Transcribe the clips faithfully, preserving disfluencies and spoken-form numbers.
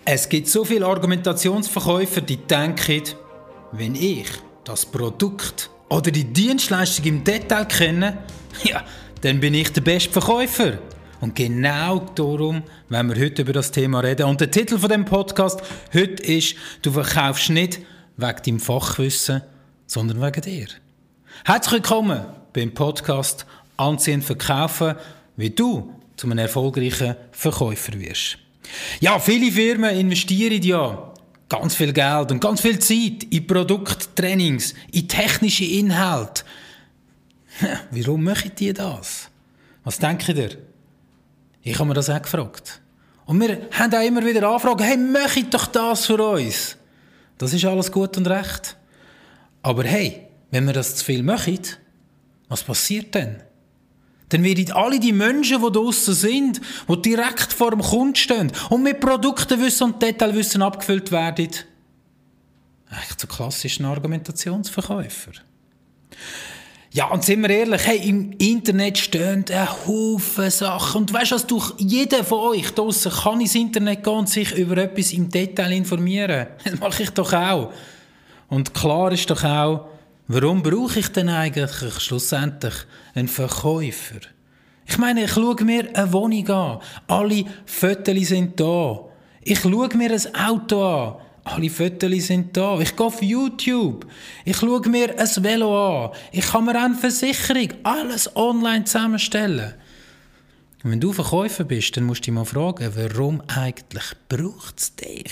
Es gibt so viele Argumentationsverkäufer, die denken, wenn ich das Produkt oder die Dienstleistung im Detail kenne, ja, dann bin ich der beste Verkäufer. Und genau darum wollen wir heute über das Thema reden. Und der Titel von dem Podcast heute ist, du verkaufst nicht wegen deinem Fachwissen, sondern wegen dir. Herzlich willkommen beim Podcast Anziehen verkaufen, wie du zu einem erfolgreichen Verkäufer wirst. Ja, viele Firmen investieren ja ganz viel Geld und ganz viel Zeit in Produkttrainings, in technische Inhalte. Warum machen die das? Was denkt ihr? Ich habe mir das auch gefragt. Und wir haben auch immer wieder Anfragen, hey, macht doch das für uns. Das ist alles gut und recht. Aber hey, wenn wir das zu viel machen, was passiert denn? Dann werden alle die Menschen, die draussen sind, die direkt vor dem Kunden stehen und mit Produktenwissen und Detailwissen abgefüllt werden, eigentlich zu klassischen Argumentationsverkäufer. Ja, und sind wir ehrlich, hey, im Internet stehen ein Haufen Sachen. Und weisst du, was, durch jeder von euch draussen kann ins Internet gehen und sich über etwas im Detail informieren. Das mache ich doch auch. Und klar ist doch auch, warum brauche ich denn eigentlich schlussendlich einen Verkäufer? Ich meine, ich schaue mir eine Wohnung an. Alle Fotos sind da. Ich schaue mir ein Auto an. Alle Fotos sind da. Ich gehe auf YouTube. Ich schaue mir ein Velo an. Ich kann mir eine Versicherung, alles online zusammenstellen. Und wenn du Verkäufer bist, dann musst du dich mal fragen, warum eigentlich braucht es dich?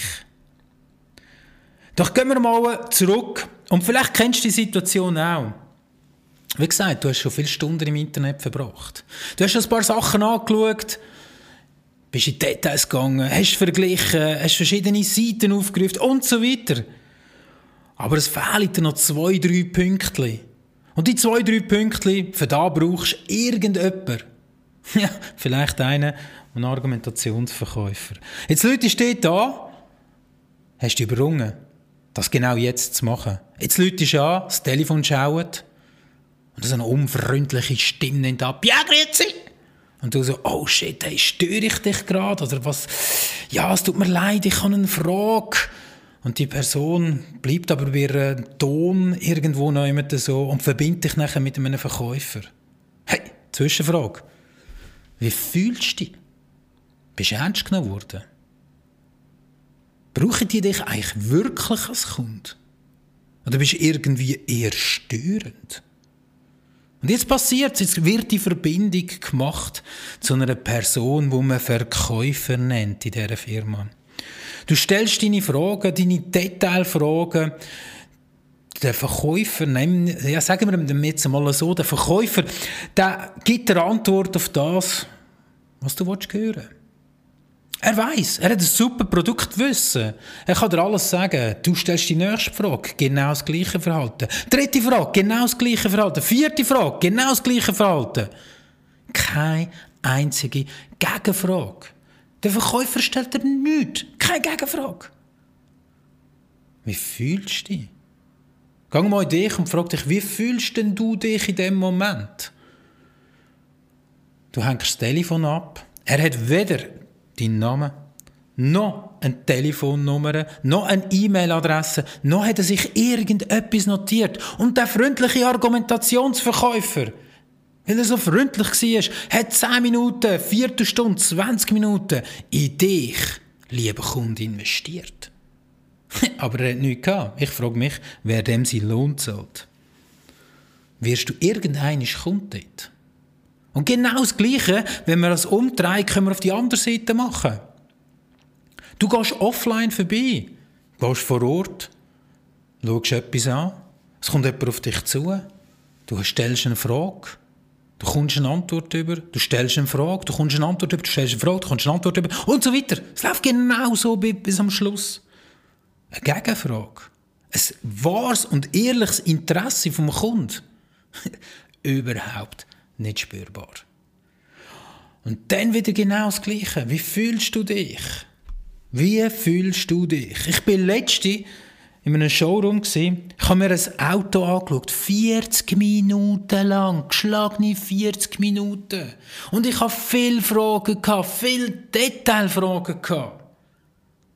Doch gehen wir mal zurück. Und vielleicht kennst du die Situation auch. Wie gesagt, du hast schon viele Stunden im Internet verbracht. Du hast schon ein paar Sachen angeschaut, bist in Details gegangen, hast verglichen, hast verschiedene Seiten aufgerufen und so weiter. Aber es fehlen dir noch zwei, drei Pünktchen. Und die zwei, drei Pünktchen, für da brauchst du irgendjemanden. Ja, vielleicht einen, einen Argumentationsverkäufer. Jetzt Leute stehen da, hast du überrungen, das genau jetzt zu machen. Jetzt läutest du an, das Telefon schaut und so eine unfreundliche Stimme nimmt ab. Ja, grüezi! Und du so, oh shit, hey, störe ich dich gerade? Oder was? Ja, es tut mir leid, ich habe eine Frage. Und die Person bleibt aber bei ihrem Ton irgendwo noch immer so und verbindet dich nachher mit einem Verkäufer. Hey, Zwischenfrage. Wie fühlst du dich? Bist du ernst genommen worden? Brauchen die dich eigentlich wirklich als Kunde? Oder bist du irgendwie eher störend? Und jetzt passiert es, jetzt wird die Verbindung gemacht zu einer Person, die man Verkäufer nennt in dieser Firma. Du stellst deine Fragen, deine Detailfragen. Der Verkäufer, ja, sagen wir dem jetzt mal so, der Verkäufer, der gibt dir Antwort auf das, was du hören willst. Er weiss, er hat ein super Produktwissen. Er kann dir alles sagen. Du stellst die nächste Frage, genau das gleiche Verhalten. Dritte Frage, genau das gleiche Verhalten. Vierte Frage, genau das gleiche Verhalten. Keine einzige Gegenfrage. Der Verkäufer stellt dir nichts. Keine Gegenfrage. Wie fühlst du dich? Geh mal in dich und frag dich, wie fühlst denn du dich in dem Moment? Du hängst das Telefon ab. Er hat weder deinen Namen, noch eine Telefonnummer, noch eine E-Mail-Adresse, noch hat er sich irgendetwas notiert. Und der freundliche Argumentationsverkäufer, weil er so freundlich war, hat zehn Minuten, Viertelstunde, zwanzig Minuten in dich, lieber Kunde, investiert. Aber er hat nichts gehabt. Ich frage mich, wer dem seinen Lohn zahlt. Wirst du irgendeinen Kunde dort? Und genau das Gleiche, wenn wir das umdrehen, können wir auf die andere Seite machen. Du gehst offline vorbei, gehst vor Ort, schaust etwas an, es kommt jemand auf dich zu, du stellst eine Frage, du kommst eine Antwort über, du stellst eine Frage, du kommst eine Antwort über, du stellst eine Frage, du kommst eine Antwort über und so weiter. Es läuft genau so bis am Schluss. Eine Gegenfrage. Ein wahres und ehrliches Interesse vom Kunden. Überhaupt nicht spürbar. Und dann wieder genau das Gleiche. Wie fühlst du dich? Wie fühlst du dich? Ich bin letzte in einem Showroom gsi. Ich habe mir ein Auto angeschaut. vierzig Minuten lang. Geschlagene vierzig Minuten. Und ich habe viele Fragen gehabt. Viele Detailfragen gehabt.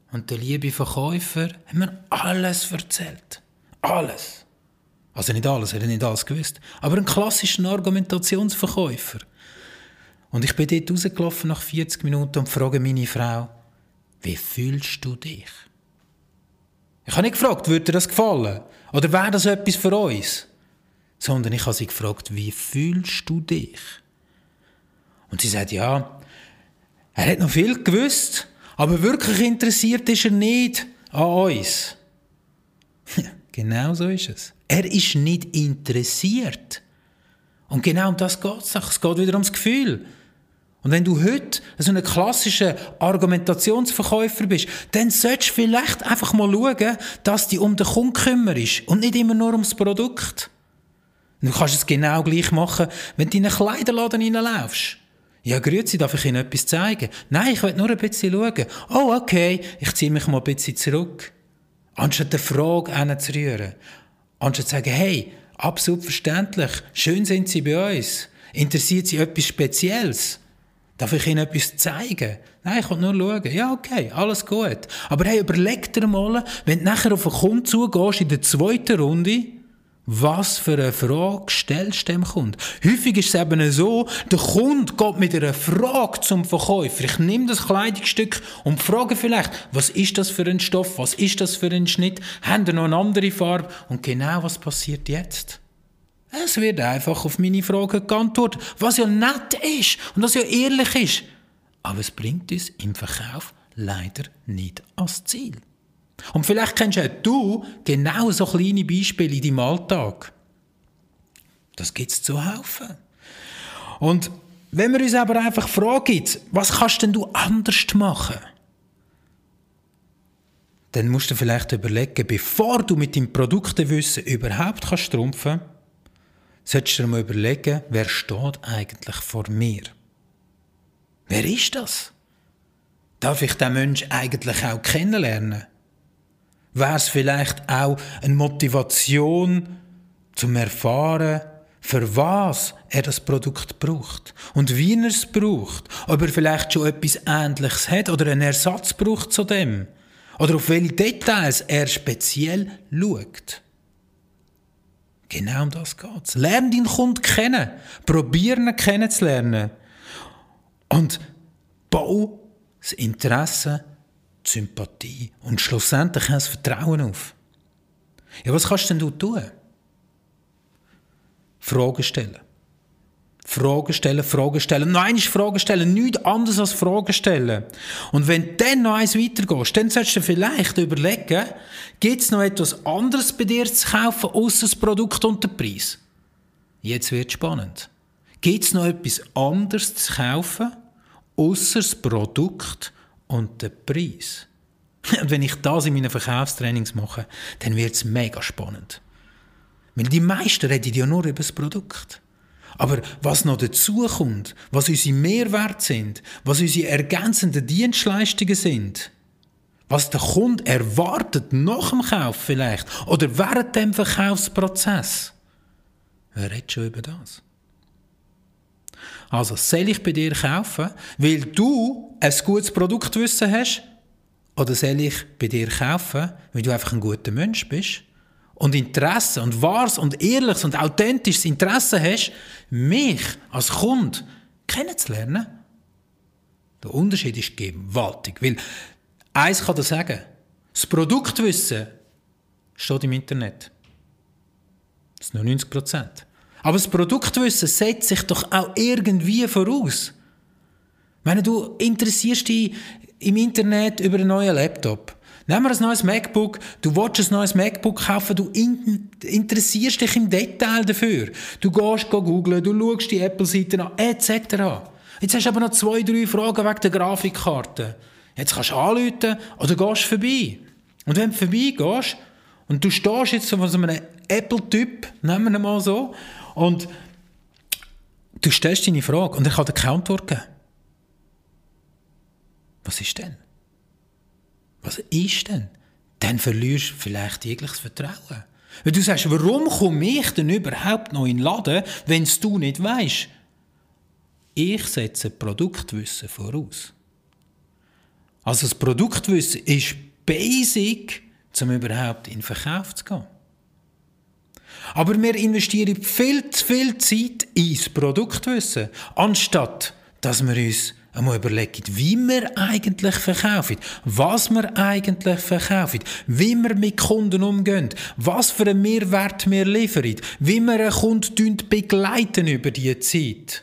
Und der liebe Verkäufer hat mir alles erzählt. Alles. Also nicht alles, er hat nicht alles gewusst. Aber ein klassischer Argumentationsverkäufer. Und ich bin dort rausgelaufen nach vierzig Minuten und frage meine Frau, wie fühlst du dich? Ich habe nicht gefragt, würde dir das gefallen? Oder wäre das etwas für uns? Sondern ich habe sie gefragt, wie fühlst du dich? Und sie sagt, ja, er hat noch viel gewusst, aber wirklich interessiert ist er nicht an uns. Genau so ist es. Er ist nicht interessiert. Und genau um das geht es. Es geht wieder ums Gefühl. Und wenn du heute so ein klassischer Argumentationsverkäufer bist, dann solltest du vielleicht einfach mal schauen, dass du dich um den Kunden kümmerst und nicht immer nur ums Produkt. Du kannst es genau gleich machen, wenn du in einen Kleiderladen reinlaufst. Ja, grüezi, darf ich Ihnen etwas zeigen? Nein, ich will nur ein bisschen schauen. Oh, okay, ich ziehe mich mal ein bisschen zurück. Anstatt eine Frage hinzurühren. Anstatt zu sagen, hey, absolut verständlich, schön sind Sie bei uns. Interessiert Sie etwas Spezielles? Darf ich Ihnen etwas zeigen? Nein, ich will nur schauen. Ja, okay, alles gut. Aber hey, überleg dir mal, wenn du nachher auf einen Kunden zugehst in der zweiten Runde, was für eine Frage stellst du dem Kunden? Häufig ist es eben so, der Kunde geht mit einer Frage zum Verkäufer. Ich nehme das Kleidungsstück und frage vielleicht, was ist das für ein Stoff, was ist das für ein Schnitt, haben wir noch eine andere Farbe? Und genau was passiert jetzt? Es wird einfach auf meine Fragen geantwortet, was ja nett ist und was ja ehrlich ist. Aber es bringt uns im Verkauf leider nicht ans Ziel. Und vielleicht kennst auch du genau so kleine Beispiele in deinem Alltag. Das gibt es zuhauf. Und wenn wir uns aber einfach fragen, was kannst denn du anders machen? Dann musst du vielleicht überlegen, bevor du mit deinem Produktewissen überhaupt kannst trumpfen, solltest du dir mal überlegen, wer steht eigentlich vor mir? Wer ist das? Darf ich diesen Menschen eigentlich auch kennenlernen? Wäre es vielleicht auch eine Motivation, zum Erfahren, für was er das Produkt braucht und wie er es braucht, ob er vielleicht schon etwas Ähnliches hat oder einen Ersatz braucht zu dem oder auf welche Details er speziell schaut. Genau um das geht es. Lern deinen Kunden kennen, probier ihn kennenzulernen und bau das Interesse, die Sympathie und schlussendlich das Vertrauen auf. Ja, was kannst denn du tun? Fragen stellen. Fragen stellen, Fragen stellen. Noch einmal Fragen stellen, nichts anderes als Fragen stellen. Und wenn du dann noch eins weitergehst, dann solltest du vielleicht überlegen, gibt es noch etwas anderes bei dir zu kaufen, ausser das Produkt und den Preis? Jetzt wird es spannend. Gibt es noch etwas anderes zu kaufen, ausser das Produkt und den Preis? Und wenn ich das in meinen Verkaufstrainings mache, dann wird es mega spannend. Weil die meisten reden ja nur über das Produkt. Aber was noch dazu kommt, was unsere Mehrwerte sind, was unsere ergänzenden Dienstleistungen sind, was der Kunde erwartet nach dem Kauf vielleicht oder während dem Verkaufsprozess, wer redet schon über das? Also, soll ich bei dir kaufen, weil du ein gutes Produktwissen hast, oder soll ich bei dir kaufen, weil du einfach ein guter Mensch bist und Interesse und wahres und ehrliches und authentisches Interesse hast, mich als Kunde kennenzulernen? Der Unterschied ist gewaltig, weil eins kann ich sagen, das Produktwissen steht im Internet. Das ist nur neunzig Prozent. Aber das Produktwissen setzt sich doch auch irgendwie voraus. Ich meine, du interessierst dich im Internet über einen neuen Laptop. Nehmen wir ein neues MacBook, du willst ein neues MacBook kaufen, du in- interessierst dich im Detail dafür. Du gehst googlen, du schaust die Apple-Seiten an, et cetera. Jetzt hast du aber noch zwei, drei Fragen wegen der Grafikkarte. Jetzt kannst du anrufen oder gehst vorbei. Und wenn du vorbeigehst und du stehst jetzt von so einem Apple-Typ, nehmen wir ihn mal so, und du stellst deine Frage und er kann dir keine Antwort geben. Was ist denn? Was ist denn? Dann verlierst du vielleicht jegliches Vertrauen. Weil du sagst, warum komme ich denn überhaupt noch in den Laden, wenn es du nicht weisst? Ich setze Produktwissen voraus. Also das Produktwissen ist basic, um überhaupt in den Verkauf zu gehen. Aber wir investieren viel zu viel Zeit ins Produktwissen, anstatt dass wir uns einmal überlegen, wie wir eigentlich verkaufen, was wir eigentlich verkaufen, wie wir mit Kunden umgehen, was für einen Mehrwert wir liefern, wie wir einen Kunden begleiten über diese Zeit.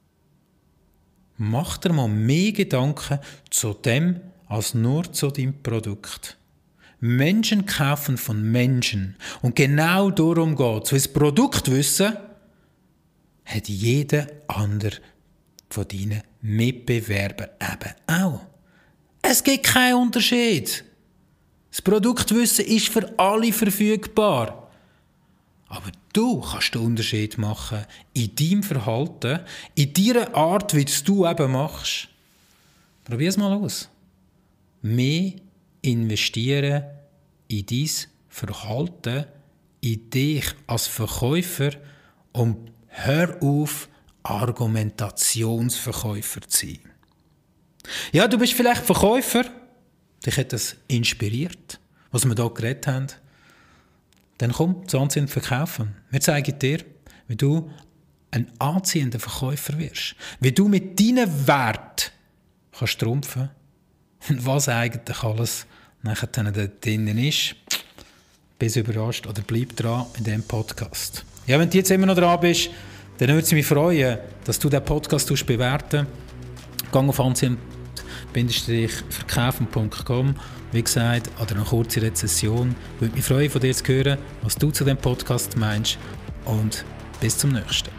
Mach dir mal mehr Gedanken zu dem, als nur zu deinem Produkt. Menschen kaufen von Menschen. Und genau darum geht es. Weil das Produktwissen hat jeder andere von deinen Mitbewerbern eben auch. Es gibt keinen Unterschied. Das Produktwissen ist für alle verfügbar. Aber du kannst den Unterschied machen in deinem Verhalten, in deiner Art, wie du eben machst. Probier es mal aus. Mehr investieren in dein Verhalten, in dich als Verkäufer und hör auf, Argumentationsverkäufer zu sein. Ja, du bist vielleicht Verkäufer, dich hat das inspiriert, was wir hier geredet haben. Dann komm zu Anziehend verkaufen. Wir zeigen dir, wie du ein anziehender Verkäufer wirst, wie du mit deinen Werten kannst trumpfen und was eigentlich alles nachher da drinnen ist. Bist überrascht oder bleib dran in diesem Podcast. Ja, wenn du jetzt immer noch dran bist, dann würde es mich freuen, dass du diesen Podcast bewerten. Geh auf anziehend verkaufen punkt com, wie gesagt, oder eine kurze Rezession. Ich würde mich freuen, von dir zu hören, was du zu diesem Podcast meinst. Und bis zum nächsten.